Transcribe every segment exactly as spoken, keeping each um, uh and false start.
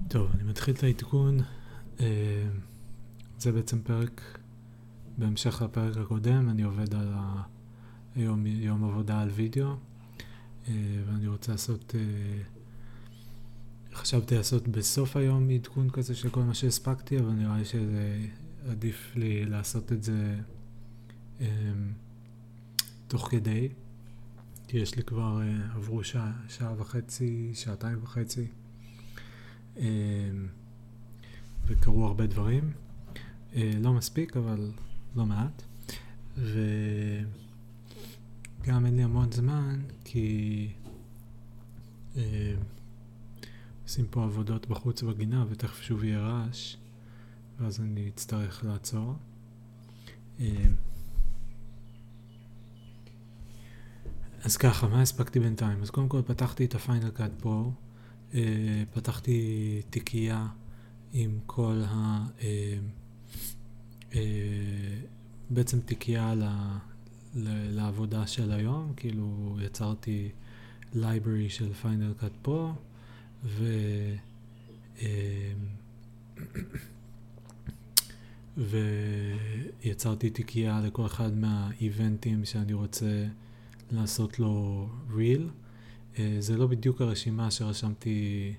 טוב, אני מתחיל את העדכון. זה בעצם פרק בהמשך לפרק הקודם. אני עובד על היום יום עבודה על וידאו, ואני רוצה לעשות, חשבתי לעשות בסוף היום עדכון כזה של כל מה שהספקתי, אבל נראה לי שזה עדיף לי לעשות את זה תוך כדי, כי יש לי כבר עברו שעה, שעה וחצי, שעתיים וחצי, וקרו הרבה דברים, לא מספיק אבל לא מעט, וגם אין לי המון זמן כי עושים פה עבודות בחוץ בגינה ותכף שוב יהיה רעש, ואז אני אצטרך לעצור. אז ככה, מה הספקתי בינתיים? אז קודם כל פתחתי את הפיינל קאט פרו, פתחתי תיקייה עם כל ה... בעצם תיקייה לעבודה של היום, כאילו יצרתי library של פיינל קאט פרו, ו... ויצרתי תיקייה לכל אחד מהאיבנטים שאני רוצה לעשות לו ריל. זה לא בדיוק הרשימה שרשמתי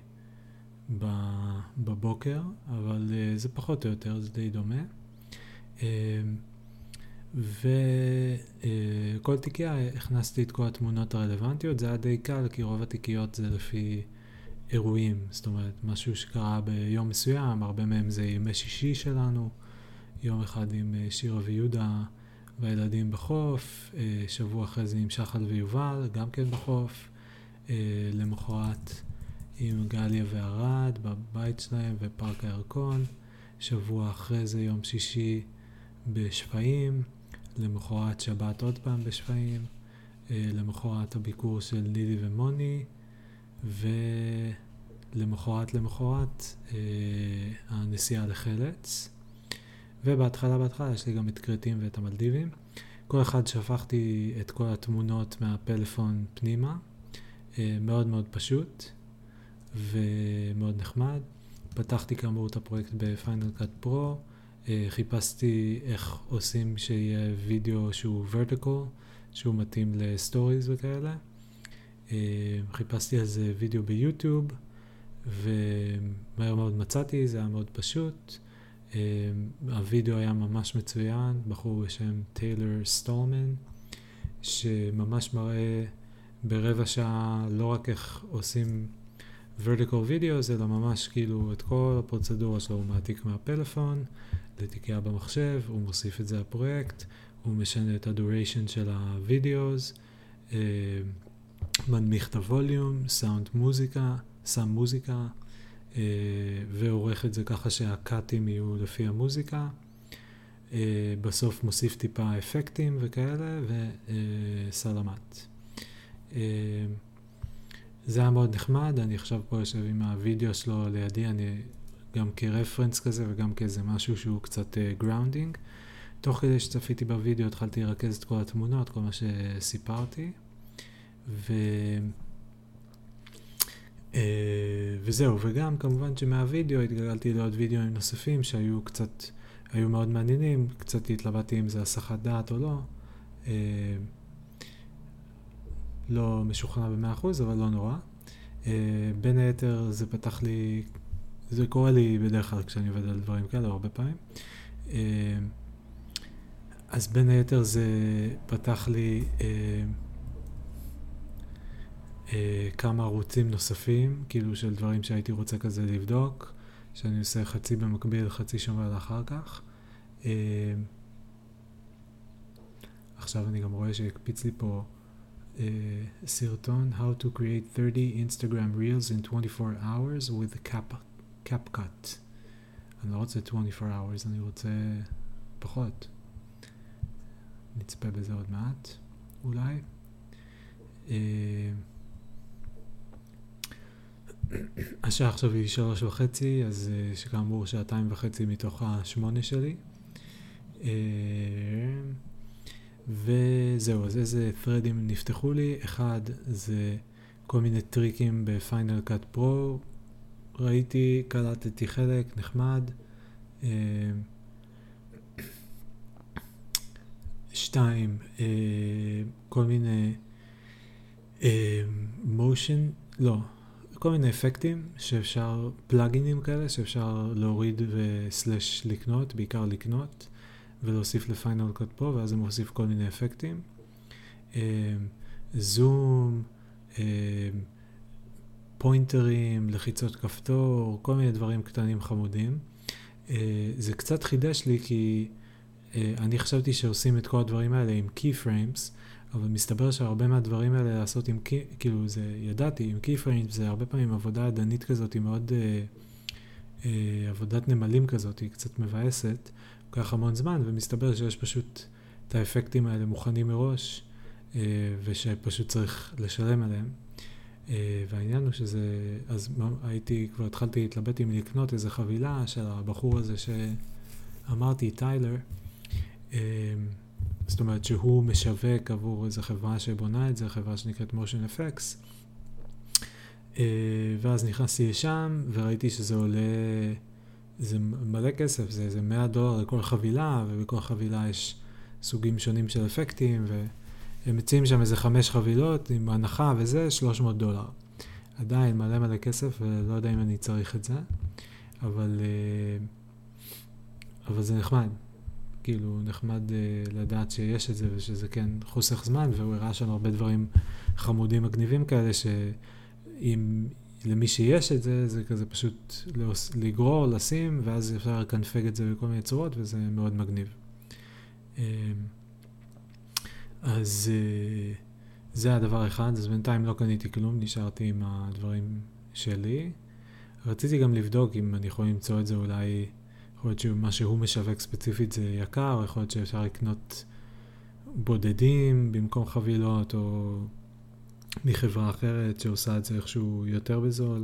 בבוקר, אבל זה פחות או יותר, זה די דומה. וכל תיקייה הכנסתי את כל התמונות הרלוונטיות. זה היה די קל, כי רוב התיקיות זה לפי אירועים, זאת אומרת, משהו שקרה ביום מסוים, הרבה מהם זה ימי שישי שלנו, יום אחד עם שירה ויהודה והילדים בחוף, שבוע אחרי זה עם שחל ויובל, גם כן בחוף, למחרת עם גליה וערד בבית שלהם ופארק הירקון, שבוע אחרי זה יום שישי בשפעים, למחרת שבת עוד פעם בשפעים, למחרת הביקור של נילי ומוני, ולמחרת למחרת הנסיעה לחלץ. ובהתחלה בהתחלה יש לי גם את קרטים ואת המלדיבים. כל אחד שפכתי את כל התמונות מהפלאפון פנימה, מאוד מאוד פשוט ומאוד נחמד. פתחתי כאמור את הפרויקט בפיינל קאט פרו, חיפשתי איך עושים שיהיה וידאו שהוא vertical, שהוא מתאים לסטוריז וכאלה. חיפשתי על זה וידאו ביוטיוב, ומהר מאוד מצאתי, זה היה מאוד פשוט. הוידאו היה ממש מצוין, בחור בשם טיילר סטולמן, שממש מראה ברבע שעה לא רק איך עושים vertical videos, אלא ממש כאילו את כל הפרוצדורה שלו. הוא מעתיק מהפלאפון לתיקייה במחשב, הוא מוסיף את זה לפרויקט, הוא משנה את הדוריישן של הוידאוס, מנמיך את הווליום, סאונד מוזיקה, שם מוזיקה, ועורך את זה ככה שהקאטים יהיו לפי המוזיקה. בסוף מוסיף טיפה אפקטים וכאלה, וסלמת. זה היה מאוד נחמד. אני עכשיו פה יושב עם הוידאו שלו לידי, אני גם כרפרנס כזה וגם כאיזה משהו שהוא קצת גראונדינג. תוך כדי שצפיתי בוידאו התחלתי לרכז את כל התמונות, כל מה שסיפרתי, ו... וזהו. וגם כמובן שמהוידאו התגלגלתי לעוד וידאוים נוספים שהיו קצת, היו מאוד מעניינים. קצת התלבטתי אם זה הסחת דעת או לא, לא משוכנע במאה אחוז, אבל לא נורא. בין היתר זה פתח לי, זה קורה לי בדרך כלל כשאני עובד על דברים כאלה הרבה פעמים, אז בין היתר זה פתח לי כמה ערוצים נוספים, כאילו של דברים שהייתי רוצה כזה לבדוק, שאני עושה חצי במקביל, חצי שומע לאחר כך. עכשיו אני גם רואה שהקפיץ לי פה סרטון, How to create thirty Instagram Reels in twenty-four hours with Cap, CapCut. אני לא רוצה twenty-four hours, אני רוצה פחות. נצפה בזה עוד מעט, אולי. השעה עכשיו היא שלוש וחצי, אז שכאמור שעתיים וחצי מתוך השמונה שלי. וזהו, אז איזה threadים נפתחו לי. אחד זה כל מיני טריקים בפיינל קאט פרו, ראיתי, קלטתי חלק, נחמד. שתיים, כל מיני מושן, לא, כל מיני אפקטים שאפשר, פלאגינים כאלה שאפשר להוריד וסלש לקנות, בעיקר לקנות, ולהוסיף לפיינל קאט פרו, ואז זה מוסיף כל מיני אפקטים. זום, פוינטרים, לחיצות כפתור, כל מיני דברים קטנים חמודים. זה קצת חידש לי כי אני חשבתי שעושים את כל הדברים האלה עם keyframes, אבל מסתבר שהרבה מהדברים האלה לעשות עם, כאילו זה, ידעתי, עם keyframes זה הרבה פעמים עבודה עדנית כזאת, היא מאוד אה, אה, עבודת נמלים כזאת, היא קצת מבאסת, לוקח המון זמן, ומסתבר שיש פשוט את האפקטים האלה מוכנים מראש, אה, ושפשוט צריך לשלם עליהם. אה, והעניין הוא שזה, אז הייתי, כבר התחלתי להתלבט עם לקנות איזו חבילה של הבחור הזה שאמרתי, טיילר, אה, זאת אומרת שהוא משווק עבור איזו חברה שבונה את זה, חברה שנקראת Motion Effects. ואז נכנסתי לשם וראיתי שזה עולה, זה מלא כסף, זה איזה מאה דולר לכל חבילה, ובכל חבילה יש סוגים שונים של אפקטים, והם מציעים שם איזה חמש חבילות עם הנחה וזה, שלוש מאות דולר. עדיין מלא מלא כסף, ולא יודע אם אני צריך את זה, אבל, אבל זה נחמד. כאילו נחמד uh, לדעת שיש את זה ושזה כן חוסך זמן, והוא הראה שם הרבה דברים חמודים מגניבים כאלה שאם למי שיש את זה, זה כזה פשוט לגרור, לשים, ואז אפשר לקנפג את זה בכל מיני צורות, וזה מאוד מגניב. Uh, אז uh, זה הדבר אחד, אז בינתיים לא קניתי כלום, נשארתי עם הדברים שלי. רציתי גם לבדוק אם אני יכול למצוא את זה אולי, יכול להיות שמה שהוא משווק ספציפית זה יקר, יכול להיות שאפשר לקנות בודדים במקום חבילות, או מחברה אחרת שעושה את זה איכשהו יותר בזול.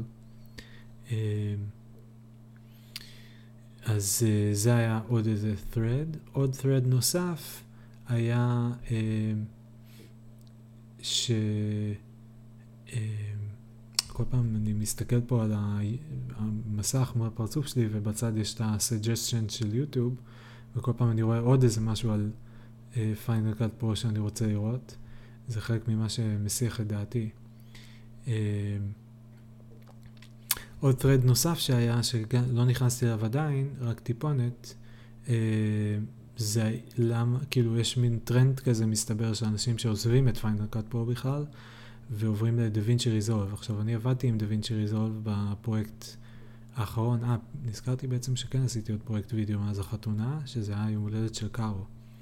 אז זה היה עוד איזה thread. עוד thread נוסף היה ש... כל פעם אני מסתכל פה על המסך מול הפרצוף שלי, ובצד יש את ה-suggestion של יוטיוב, וכל פעם אני רואה עוד איזה משהו על Final Cut Pro שאני רוצה לראות. זה חלק ממה שמסיח את דעתי. עוד thread נוסף שהיה, שלא נכנסתי אליו עדיין, רק טיפונת, זה למה, כאילו יש מין טרנד כזה מסתבר שאנשים שעוזבים את Final Cut Pro בכלל, ועוברים לדווינצ'י ריזולב. עכשיו, אני עבדתי עם דווינצ'י ריזולב בפרויקט האחרון. אה, נזכרתי בעצם שכן עשיתי עוד פרויקט וידאו מאז החתונה, שזה היה יום הולדת של קארו.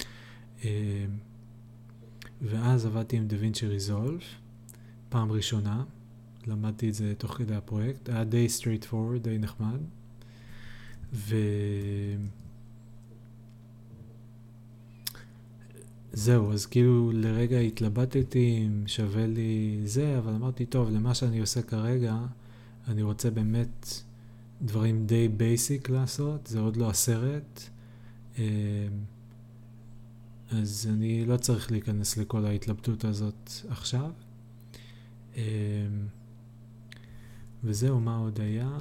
ואז עבדתי עם דווינצ'י ריזולב, פעם ראשונה. למדתי את זה תוך כדי הפרויקט. היה די straight forward, די נחמד. ו... זהו, אז כאילו לרגע התלבטתי אם שווה לי זה, אבל אמרתי, טוב, למה שאני עושה כרגע, אני רוצה באמת דברים די בייסיק לעשות, זה עוד לא הסרט, אז אני לא צריך להיכנס לכל ההתלבטות הזאת עכשיו. וזהו, מה עוד היה?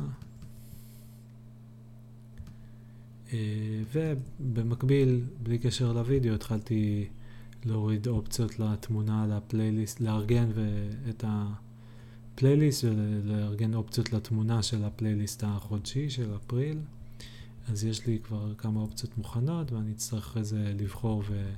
ובמקביל, בלי קשר לוידאו, התחלתי להוריד אופציות לתמונה, לפלייליסט, לארגן את הפלייליסט ולארגן אופציות לתמונה של הפלייליסט החודשי של אפריל. אז יש לי כבר כמה אופציות מוכנות, ואני אצטרך אחרי זה לבחור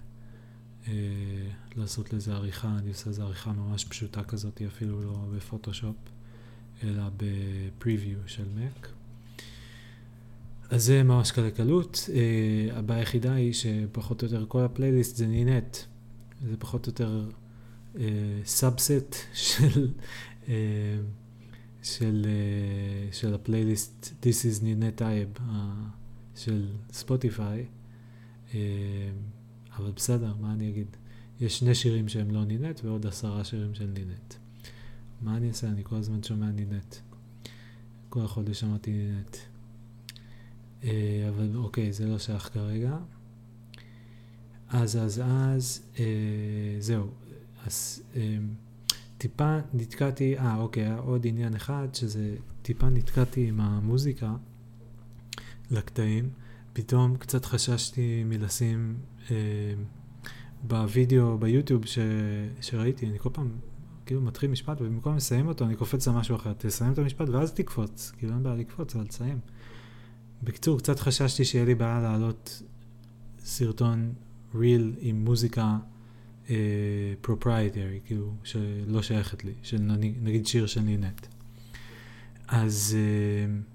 ולעשות לזה עריכה. אני עושה לזה עריכה ממש פשוטה כזאת, אפילו לא בפוטושופ, אלא בפריוויו של מק. אז זה ממש קלה קלות. Uh, הבעיה היחידה היא שפחות או יותר כל הפלייליסט זה נינט. זה פחות או יותר uh, סאבסט של, uh, של, uh, של הפלייליסט This is Ninet Taib uh, של ספוטיפיי. Uh, אבל בסדר, מה אני אגיד? יש שני שירים שהם לא נינט ועוד עשרה שירים של נינט. מה אני אעשה? אני כל הזמן שומע נינט. כל החודש שמעתי נינט. אבל אוקיי, זה לא שייך כרגע. אז, אז, אז, אה, זהו. אז אה, טיפה נתקעתי, אה, אוקיי, עוד עניין אחד, שזה טיפה נתקעתי עם המוזיקה לקטעים, פתאום קצת חששתי מלשים אה, בווידאו ביוטיוב ש, שראיתי, אני כל פעם כאילו מתחיל משפט ובמקום לסיים אותו אני קופץ למשהו אחר, תסיים את המשפט ואז תקפוץ, כאילו אין בעיה לקפוץ, אבל תסיים. בקצור, קצת חששתי שיהיה לי בעיה לעלות סרטון ריל עם מוזיקה פרופרייטרי, uh, כאילו שלא שייכת לי, של נגיד שיר של נינט. אז uh,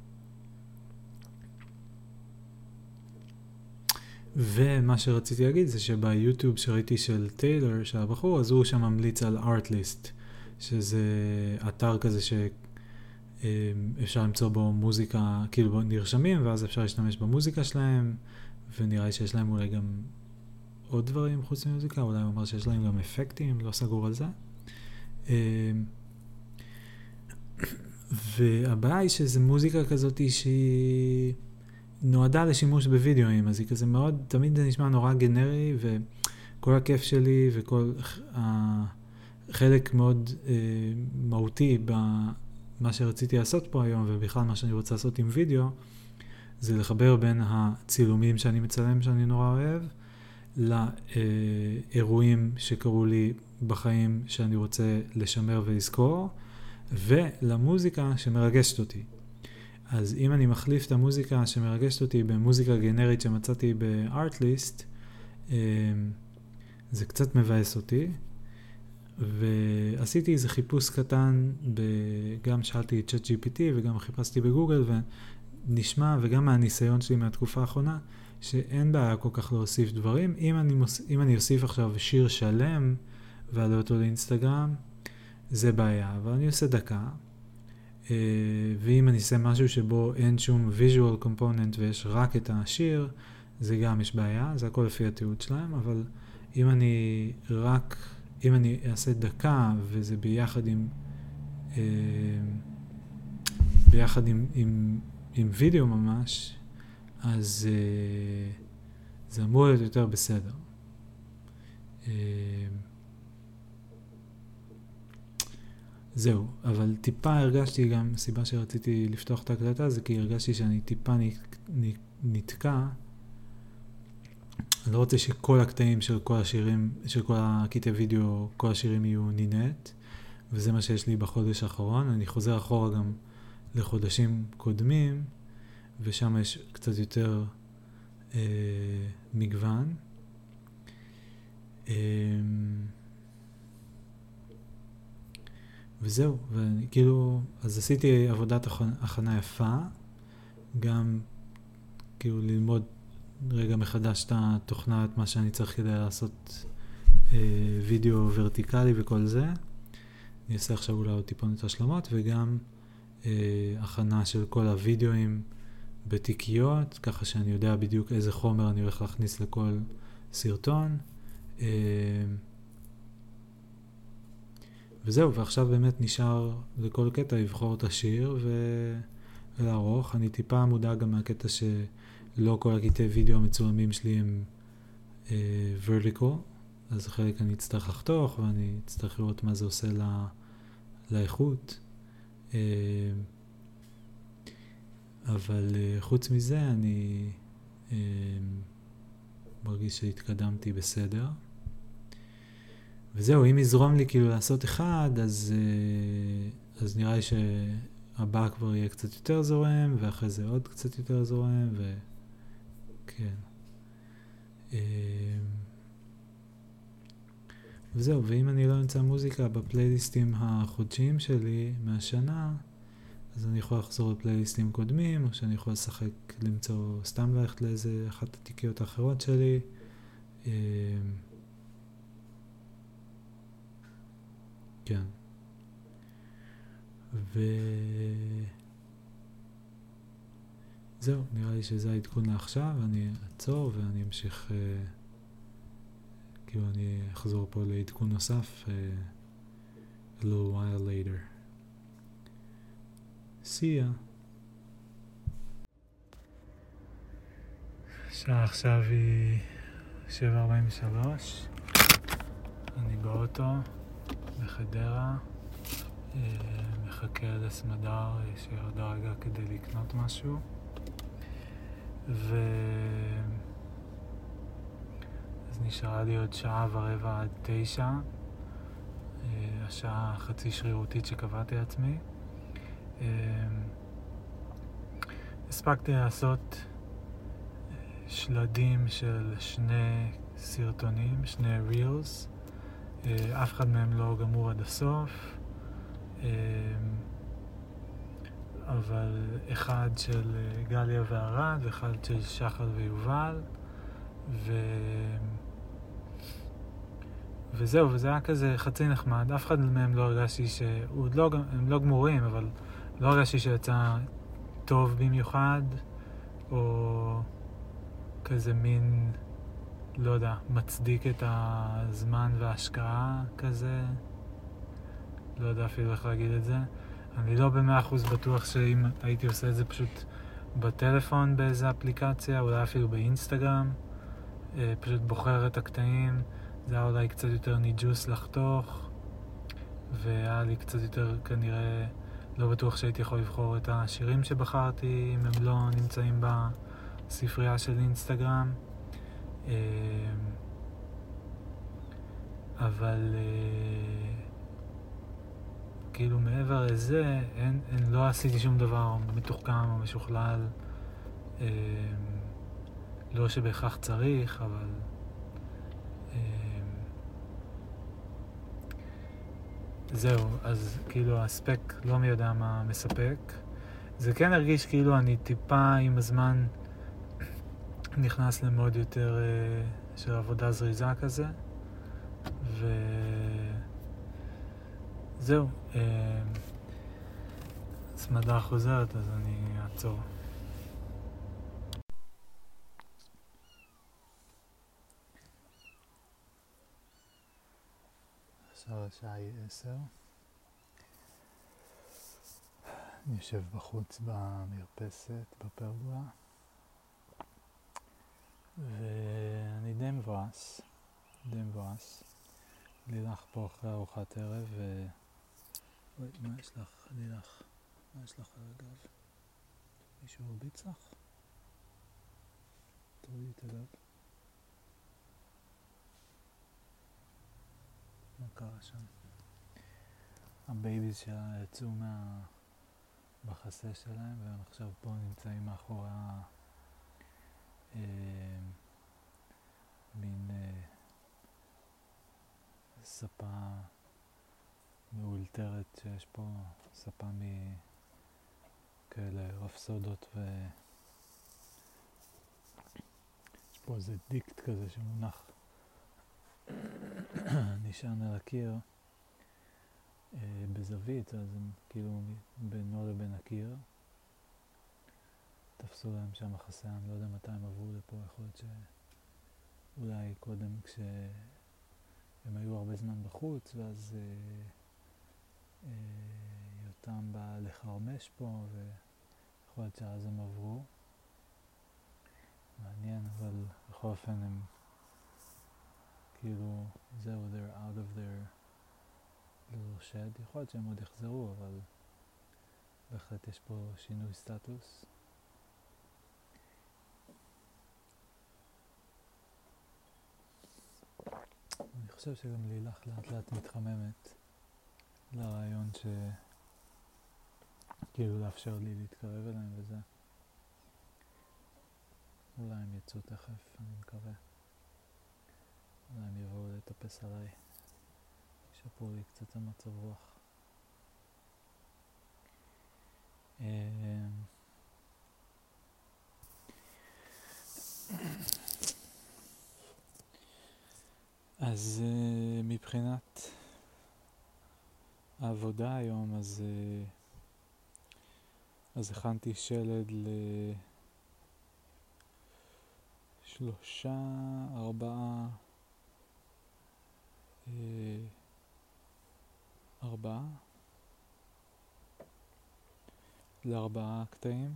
ומה שרציתי להגיד זה שביוטיוב שראיתי של טיילר, של הבחור, אז הוא שם ממליץ על Artlist, שזה אתר כזה שאפשר למצוא בו מוזיקה, כאילו נרשמים, ואז אפשר להשתמש במוזיקה שלהם, ונראה לי שיש להם אולי גם עוד דברים חוץ ממוזיקה, אולי הוא אומר שיש להם גם אפקטים, לא סגור על זה. והבעיה היא שזו מוזיקה כזאת שהיא נועדה לשימוש בווידאוים, אז היא כזה מאוד, תמיד זה נשמע נורא גנרי, וכל הכיף שלי וכל חלק מאוד אה, מהותי במה שרציתי לעשות פה היום, ובכלל מה שאני רוצה לעשות עם וידאו, זה לחבר בין הצילומים שאני מצלם שאני נורא אוהב, לאירועים שקרו לי בחיים שאני רוצה לשמר ולזכור, ולמוזיקה שמרגשת אותי. אז אם אני מחליף את המוזיקה שמרגשת אותי במוזיקה גנרית שמצאתי ב-Artlist, זה קצת מבאס אותי, ועשיתי איזה חיפוש קטן, גם שאלתי את צ'אט ג'י פי טי וגם חיפשתי בגוגל, ונשמע, וגם מהניסיון שלי מהתקופה האחרונה, שאין בעיה כל כך להוסיף דברים. אם אני, מוס... אם אני אוסיף עכשיו שיר שלם ועלה אותו לאינסטגרם, זה בעיה, אבל אני עושה דקה. ואם אני אעשה משהו שבו אין שום visual component ויש רק את השיר, זה גם יש בעיה, זה הכל לפי התיעוד שלהם, אבל אם אני רק, אם אני אעשה דקה וזה ביחד עם, ביחד עם, עם, עם וידאו ממש, אז זה אמור להיות יותר בסדר. זהו, אבל טיפה הרגשתי גם, סיבה שרציתי לפתוח את ההקלטה זה כי הרגשתי שאני טיפה נתקע. אני לא רוצה שכל הקטעים של כל השירים, של כל הקטעי וידאו, כל השירים יהיו נינט, וזה מה שיש לי בחודש האחרון. אני חוזר אחורה גם לחודשים קודמים, ושם יש קצת יותר אה, מגוון. אה, וזהו, ואני כאילו, אז עשיתי עבודת הכנה יפה, גם כאילו ללמוד רגע מחדש את התוכנה, את מה שאני צריך כדי לעשות אה, וידאו ורטיקלי וכל זה. אני אעשה עכשיו אולי עוד טיפונת השלמות, וגם אה, הכנה של כל הוידאוים בתיקיות, ככה שאני יודע בדיוק איזה חומר אני הולך להכניס לכל סרטון. אה, וזהו, ועכשיו באמת נשאר לכל קטע לבחור את השיר ו... ולערוך. אני טיפה מודע גם מהקטע שלא כל הקטעי וידאו המצולמים שלי הם אה, vertical, אז חלק אני אצטרך לחתוך ואני אצטרך לראות מה זה עושה לא... לאיכות. אה, אבל אה, חוץ מזה אני אה, מרגיש שהתקדמתי בסדר. וזהו, אם יזרום לי כאילו לעשות אחד, אז, אז נראה לי שהבא כבר יהיה קצת יותר זורם, ואחרי זה עוד קצת יותר זורם, וכן. וזהו, ואם אני לא אמצא מוזיקה בפלייליסטים החודשיים שלי מהשנה, אז אני יכול לחזור לפלייליסטים קודמים, או שאני יכול לשחק, למצוא, סתם ללכת לאיזה אחת התיקיות האחרות שלי. כן. וזהו, נראה לי שזה העדכון לעכשיו, אני אעצור ואני אמשיך, אה, כאילו אני אחזור פה לעדכון נוסף, אה, a little while later. See ya. השעה עכשיו היא שבע ארבעים ושלוש, אני באוטו בחדרה, מחכה לסמדר שירדה רגע כדי לקנות משהו, ו... אז נשארה לי עוד שעה ורבע עד תשע, השעה חצי שרירותית שקבעתי לעצמי. הספקתי לעשות שלדים של שני סרטונים, שני רילס, אף אחד מהם לא גמור עד הסוף, אבל אחד של גליה והרד ואחד של שחר ויובל, ו... וזהו, וזה היה כזה חצי נחמד. אף אחד מהם לא הרגשתי ש... לא... הם לא גמורים, אבל לא הרגשתי שיצא טוב במיוחד, או כזה מין, לא יודע, מצדיק את הזמן וההשקעה כזה. לא יודע אפילו איך להגיד את זה. אני לא במאה אחוז בטוח שאם הייתי עושה את זה פשוט בטלפון באיזה אפליקציה, אולי אפילו באינסטגרם, פשוט בוחר את הקטעים, זה היה אולי קצת יותר ניג'וס לחתוך, והיה לי קצת יותר כנראה, לא בטוח שהייתי יכול לבחור את השירים שבחרתי אם הם לא נמצאים בספרייה של אינסטגרם. אבל כאילו מעבר לזה, אין, אין, לא עשיתי שום דבר מתוחכם או משוכלל, לא שבהכרח צריך, אבל זהו, אז כאילו הספק לא מי יודע מה מספק. זה כן הרגיש כאילו אני טיפה עם הזמן נכנס למוד יותר uh, של עבודה זריזה כזה, וזהו, uh, סמדר חוזרת אז אני אעצור. עכשיו השעה היא עשר. אני יושב בחוץ במרפסת בפרגולה, ואני די מבואס, די מבואס. לילך פה אחרי ארוחת ערב, ו... אוי, מה יש לך, לילך? מה יש לך על הגב? מישהו הרביץ לך? תורידי את הגב. מה קרה שם? הבייביז שלה יצאו מה... בחסה שלהם, והם עכשיו פה נמצאים מאחורי אה, מין אה, ספה מאולתרת שיש פה, ספה מכאלה רפסודות, ו... יש פה איזה דיקט כזה שמונח נשען על הקיר אה, בזווית, אז הם כאילו בינו לבין הקיר תפסו להם שם החסה. אני לא יודע מתי הם עברו לפה, יכול להיות שאולי קודם כשהם היו הרבה זמן בחוץ, ואז אה, אה, יותם בא לחרמש פה, ויכול להיות שאז הם עברו. מעניין, אבל בכל אופן הם כאילו, זהו, they're out of their little shed. יכול להיות שהם עוד יחזרו, אבל בהחלט יש פה שינוי סטטוס. אני חושב שגם לילך לאט לאט מתחממת לרעיון ש... כאילו לאפשר לי להתקרב אליהם וזה. אולי הם יצאו תכף, אני מקווה. אולי הם יבואו לטפס עליי. ישפרו לי קצת המצב רוח. אז מבחינת העבודה היום, אז אז הכנתי שלד לשלושה, ארבעה, ארבעה, לארבעה קטעים.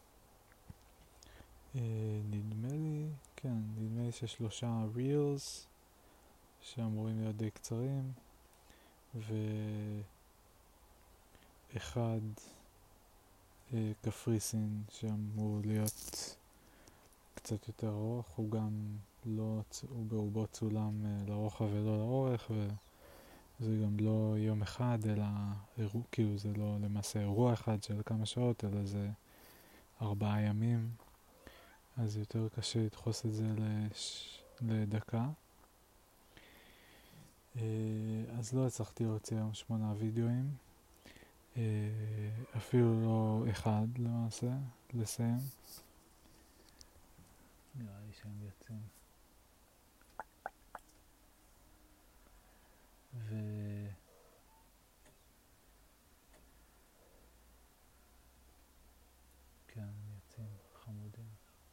נדמה לי, כן, נדמה לי ששלושה reels שאמורים להיות די קצרים, ו... אחד אה, קפריסין שאמור להיות קצת יותר ארוך, הוא גם לא, הוא ברובו צולם אה, לרוחב ולא לאורך, וזה גם לא יום אחד, אלא אירוע, כאילו זה לא למעשה אירוע אחד של כמה שעות, אלא זה ארבעה ימים, אז יותר קשה לדחוס את זה לש... לדקה. אז לא הצלחתי להוציא היום שמונה וידאוים, אפילו לא אחד למעשה, לסיים. נראה לי שהם יוצאים. ו... כן, הם יוצאים חמודים.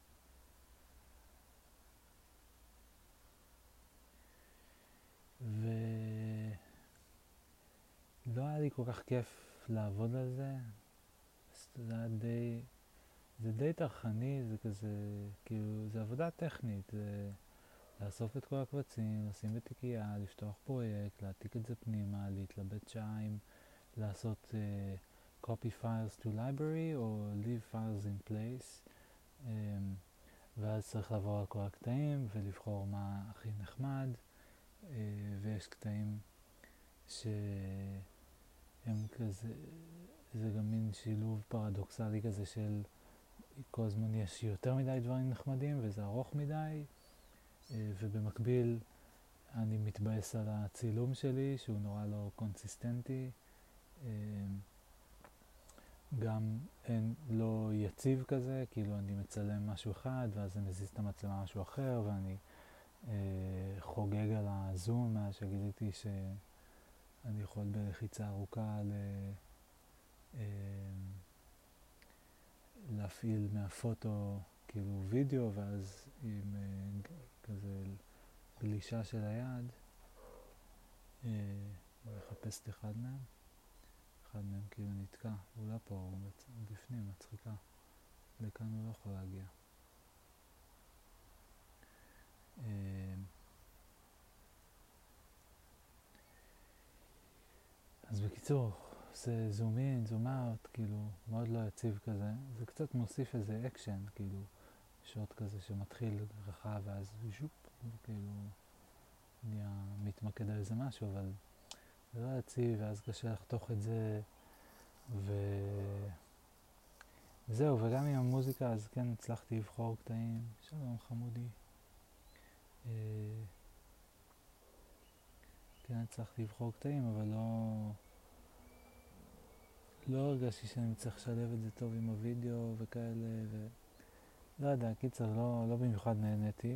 ולא היה לי כל כך כיף לעבוד על זה. זה היה די... זה די טרחני, זה כזה, כאילו, זה עבודה טכנית, זה לאסוף את כל הקבצים, לשים בתיקייה, לפתוח פרויקט, להעתיק את זה פנימה, להתלבט שעה עם לעשות uh, copy files to library או leave files in place, um, ואז צריך לעבור על כל הקטעים ולבחור מה הכי נחמד, uh, ויש קטעים שהם כזה, זה גם מין שילוב פרדוקסלי כזה של כל הזמן יש יותר מדי דברים נחמדים וזה ארוך מדי, ובמקביל אני מתבאס על הצילום שלי שהוא נורא לא קונסיסטנטי, גם אין, לא יציב כזה, כאילו אני מצלם משהו אחד ואז אני מזיז את המצלמה משהו אחר, ואני אה, חוגג על הזום מאז שגיליתי שאני יכול בלחיצה ארוכה ל... אה, להפעיל מהפוטו כאילו וידאו, ואז עם uh, כזה גלישה של היד uh, מחפש את אחד מהם, אחד מהם כאילו נתקע, הוא לא פה, הוא מצ... בפנים, מצחיקה, לכאן הוא לא יכול להגיע. uh, אז בקיצור, זה זום אין, זום אאוט, כאילו מאוד לא יציב כזה, זה קצת מוסיף איזה אקשן, כאילו שוט כזה שמתחיל רחב ואז ז'ופ, כאילו נהיה מתמקד על איזה משהו, אבל זה לא יציב ואז קשה לחתוך את זה, ו... וזהו, וגם עם המוזיקה אז כן הצלחתי לבחור קטעים, שלום חמודי, כן הצלחתי לבחור קטעים, אבל לא... לא הרגשתי שאני צריך לשלב את זה טוב עם הוידאו וכאלה, ו... לא יודע, קיצר, לא, לא במיוחד נהניתי.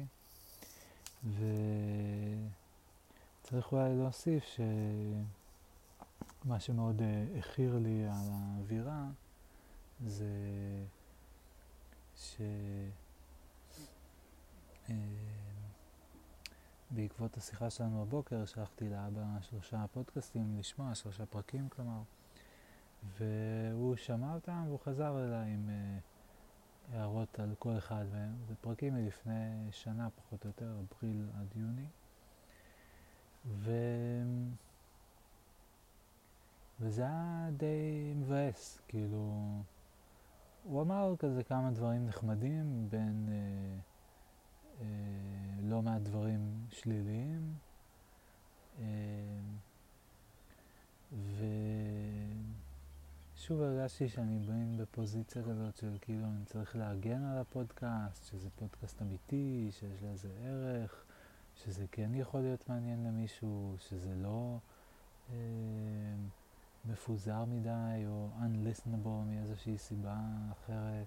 וצריך אולי להוסיף שמה שמאוד הכיר לי על האווירה זה ש... בעקבות השיחה שלנו הבוקר שלחתי לאבא שלושה פודקאסטים לשמוע, שלושה פרקים כלומר, והוא שמע אותם והוא חזר אליי עם uh, הערות על כל אחד מהם. זה פרקים מלפני שנה פחות או יותר, אפריל עד יוני, ו... וזה היה די מבאס, כאילו הוא אמר כזה כמה דברים נחמדים בין uh, uh, לא מעט דברים שליליים, uh, ו... שוב הרגשתי שאני בין בפוזיציה כזאת של כאילו אני צריך להגן על הפודקאסט, שזה פודקאסט אמיתי, שיש לזה ערך, שזה כן יכול להיות מעניין למישהו, שזה לא אה, מפוזר מדי או unlistenable מאיזושהי סיבה אחרת.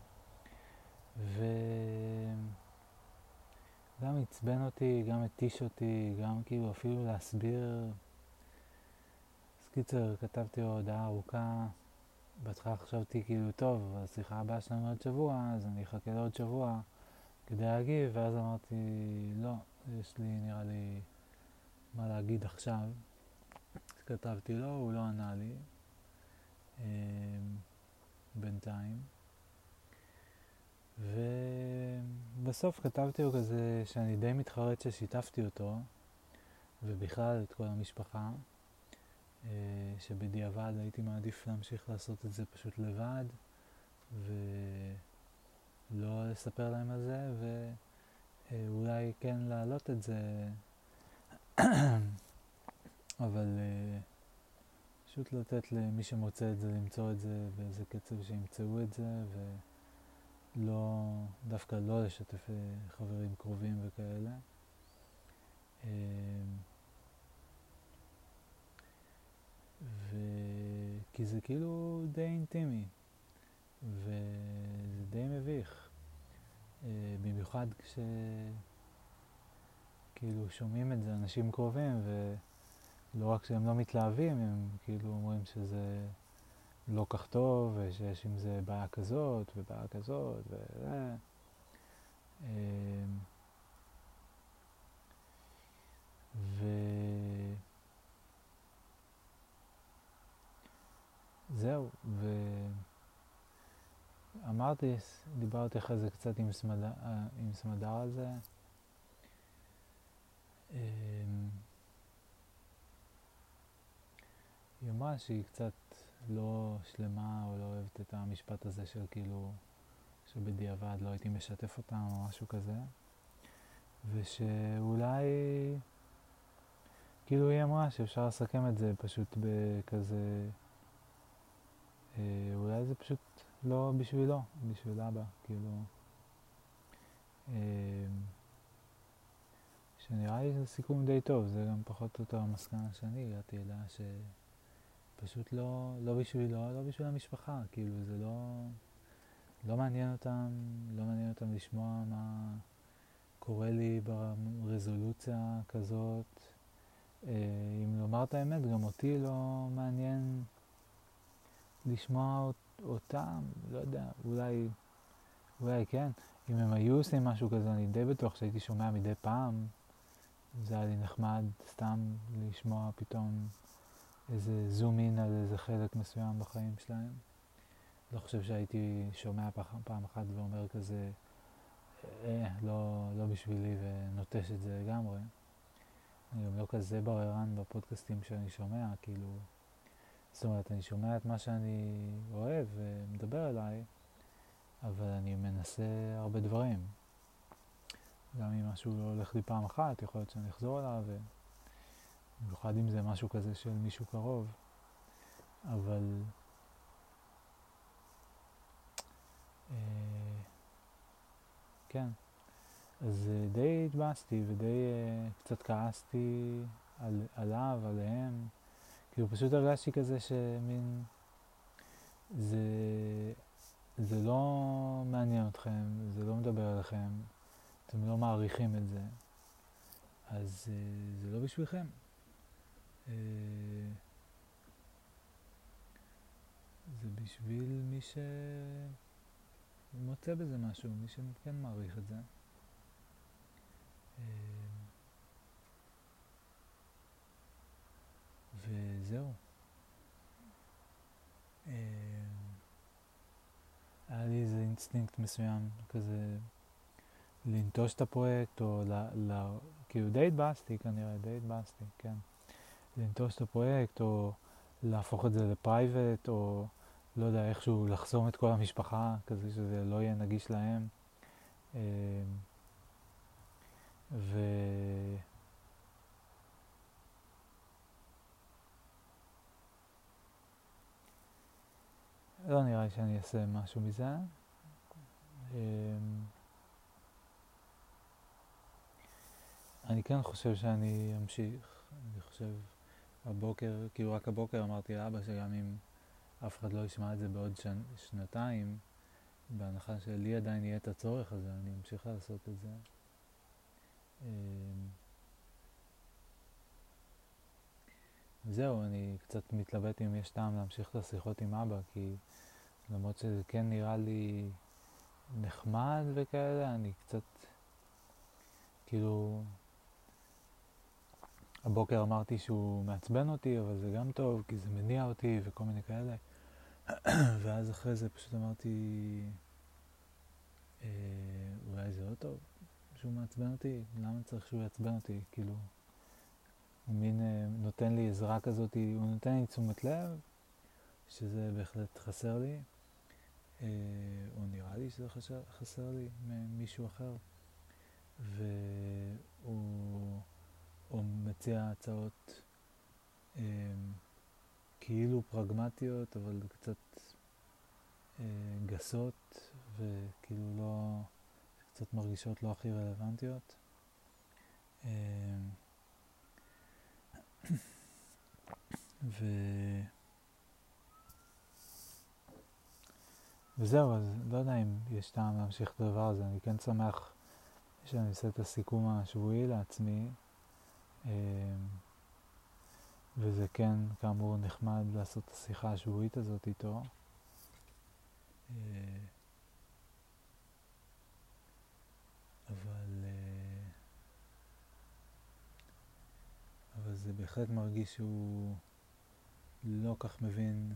וגם עצבן אותי, גם התיש אותי, גם כאילו אפילו להסביר. אז קיצר, כתבתי לו הודעה ארוכה, בהתחלה חשבתי כאילו טוב, השיחה הבאה שלנו עוד שבוע, אז אני אחכה לעוד שבוע כדי להגיב, ואז אמרתי לא, יש לי נראה לי מה להגיד עכשיו. אז כתבתי לו, הוא לא ענה לי אה, בינתיים, ובסוף כתבתי לו כזה שאני די מתחרט ששיתפתי אותו ובכלל את כל המשפחה, שבדיעבד הייתי מעדיף להמשיך לעשות את זה פשוט לבד, ולא לספר להם על זה, ואולי כן להעלות את זה, אבל פשוט לתת למי שמוצא את זה למצוא את זה באיזה קצב שימצאו את זה, ולא, דווקא לא לשתף חברים קרובים וכאלה. ו... כי זה כאילו די אינטימי, וזה די מביך, במיוחד כשכאילו שומעים את זה אנשים קרובים, ולא רק שהם לא מתלהבים, הם כאילו אומרים שזה לא כך טוב, ושיש עם זה בעיה כזאת ובעיה כזאת, ו... ו... זהו, ואמרתי, דיברתי אחרי זה קצת עם סמדר, עם סמדר על זה. היא אמרה שהיא קצת לא שלמה או לא אוהבת את המשפט הזה של כאילו שבדיעבד לא הייתי משתף אותם או משהו כזה, ושאולי כאילו היא אמרה שאפשר לסכם את זה פשוט בכזה, אה, אולי זה פשוט לא בשבילו, בשביל אבא, כאילו, אה, שנראה לי זה סיכום די טוב, זה גם פחות או יותר המסקנה שאני הגעתי אליה, שפשוט לא, לא בשבילו, לא בשביל המשפחה, כאילו זה לא, לא מעניין אותם, לא מעניין אותם לשמוע מה קורה לי ברזולוציה כזאת. אם לומר את האמת, גם אותי לא מעניין לשמוע אותם, לא יודע, אולי, אולי כן. אם הם היו עושים משהו כזה, אני די בטוח שהייתי שומע מדי פעם. זה היה לי נחמד סתם לשמוע פתאום איזה זום אין על איזה חלק מסוים בחיים שלהם. לא חושב שהייתי שומע פעם אחת ואומר כזה, אה, לא, לא בשבילי, ונוטש את זה לגמרי. אני גם לא כזה בררן בפודקאסטים שאני שומע, כאילו, זאת אומרת, אני שומע את מה שאני אוהב ומדבר אליי, אבל אני מנסה הרבה דברים. גם אם משהו לא הולך לי פעם אחת, יכול להיות שאני אחזור אליו, ובמיוחד אם זה משהו כזה של מישהו קרוב. אבל אה, כן, אז די התבאסתי ודי אה, קצת כעסתי על, עליו, עליהם. כאילו פשוט הרגשתי כזה שמין, זה, זה לא מעניין אתכם, זה לא מדבר עליכם, אתם לא מעריכים את זה, אז אה, זה לא בשבילכם. אה, זה בשביל מי שמוצא בזה משהו, מי שכן מעריך את זה. אה, וזהו. אה, היה לי איזה אינסטינקט מסוים כזה לנטוש את הפרויקט, או ל, ל, כאילו די התבאסתי כנראה, די התבאסתי, כן. לנטוש את הפרויקט, או להפוך את זה לפרייבט, או לא יודע, איכשהו לחסום את כל המשפחה, כזה שזה לא יהיה נגיש להם. ו... לא נראה לי שאני אעשה משהו מזה. אני כן חושב שאני אמשיך. אני חושב, הבוקר, כאילו רק הבוקר אמרתי לאבא שגם אם אף אחד לא ישמע את זה בעוד שנ, שנתיים, בהנחה שלי עדיין יהיה את הצורך הזה, אני אמשיך לעשות את זה. זהו, אני קצת מתלבט אם יש טעם להמשיך את השיחות עם אבא, כי למרות שזה כן נראה לי נחמד וכאלה, אני קצת, כאילו, הבוקר אמרתי שהוא מעצבן אותי, אבל זה גם טוב, כי זה מניע אותי וכל מיני כאלה. ואז אחרי זה פשוט אמרתי, אה, אולי זה לא טוב שהוא מעצבן אותי, למה צריך שהוא יעצבן אותי, כאילו, הוא מין אה, נותן לי עזרה כזאת, הוא נותן לי תשומת לב, שזה בהחלט חסר לי, אה, או נראה לי שזה חסר, חסר לי ממישהו אחר, והוא הוא מציע הצעות אה, כאילו פרגמטיות, אבל קצת אה, גסות, וכאילו לא, קצת מרגישות לא הכי רלוונטיות. אה, ו... וזהו, אז לא יודע אם יש טעם להמשיך את הדבר הזה, אני כן שמח שאני עושה את הסיכום השבועי לעצמי, וזה כן כאמור נחמד לעשות את השיחה השבועית הזאת איתו. אבל, אבל זה בהחלט מרגיש שהוא לא כך מבין,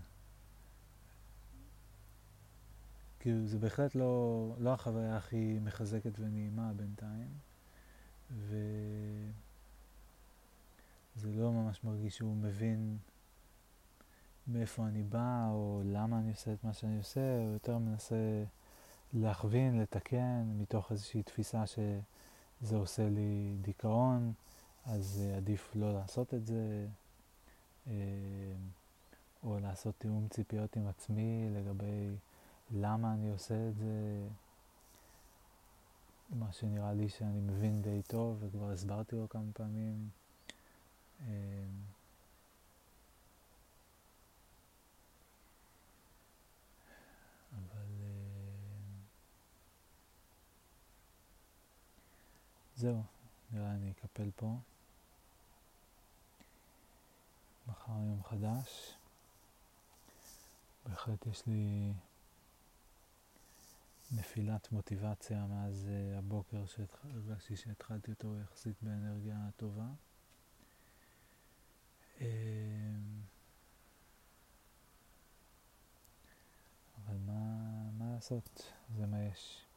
כאילו זה בהחלט לא, לא החוויה הכי מחזקת ונעימה בינתיים, וזה לא ממש מרגיש שהוא מבין מאיפה אני בא או למה אני עושה את מה שאני עושה, הוא יותר מנסה להכווין, לתקן, מתוך איזושהי תפיסה שזה עושה לי דיכאון, אז עדיף לא לעשות את זה, או לעשות תיאום ציפיות עם עצמי לגבי למה אני עושה את זה, מה שנראה לי שאני מבין די טוב וכבר הסברתי לו כמה פעמים. אבל זהו, נראה אני אקפל פה. מחר יום חדש. בהחלט יש לי נפילת מוטיבציה מאז uh, הבוקר שהרגשתי שהתחלתי אותו יחסית באנרגיה טובה. Uh, אבל מה, מה לעשות? זה מה יש.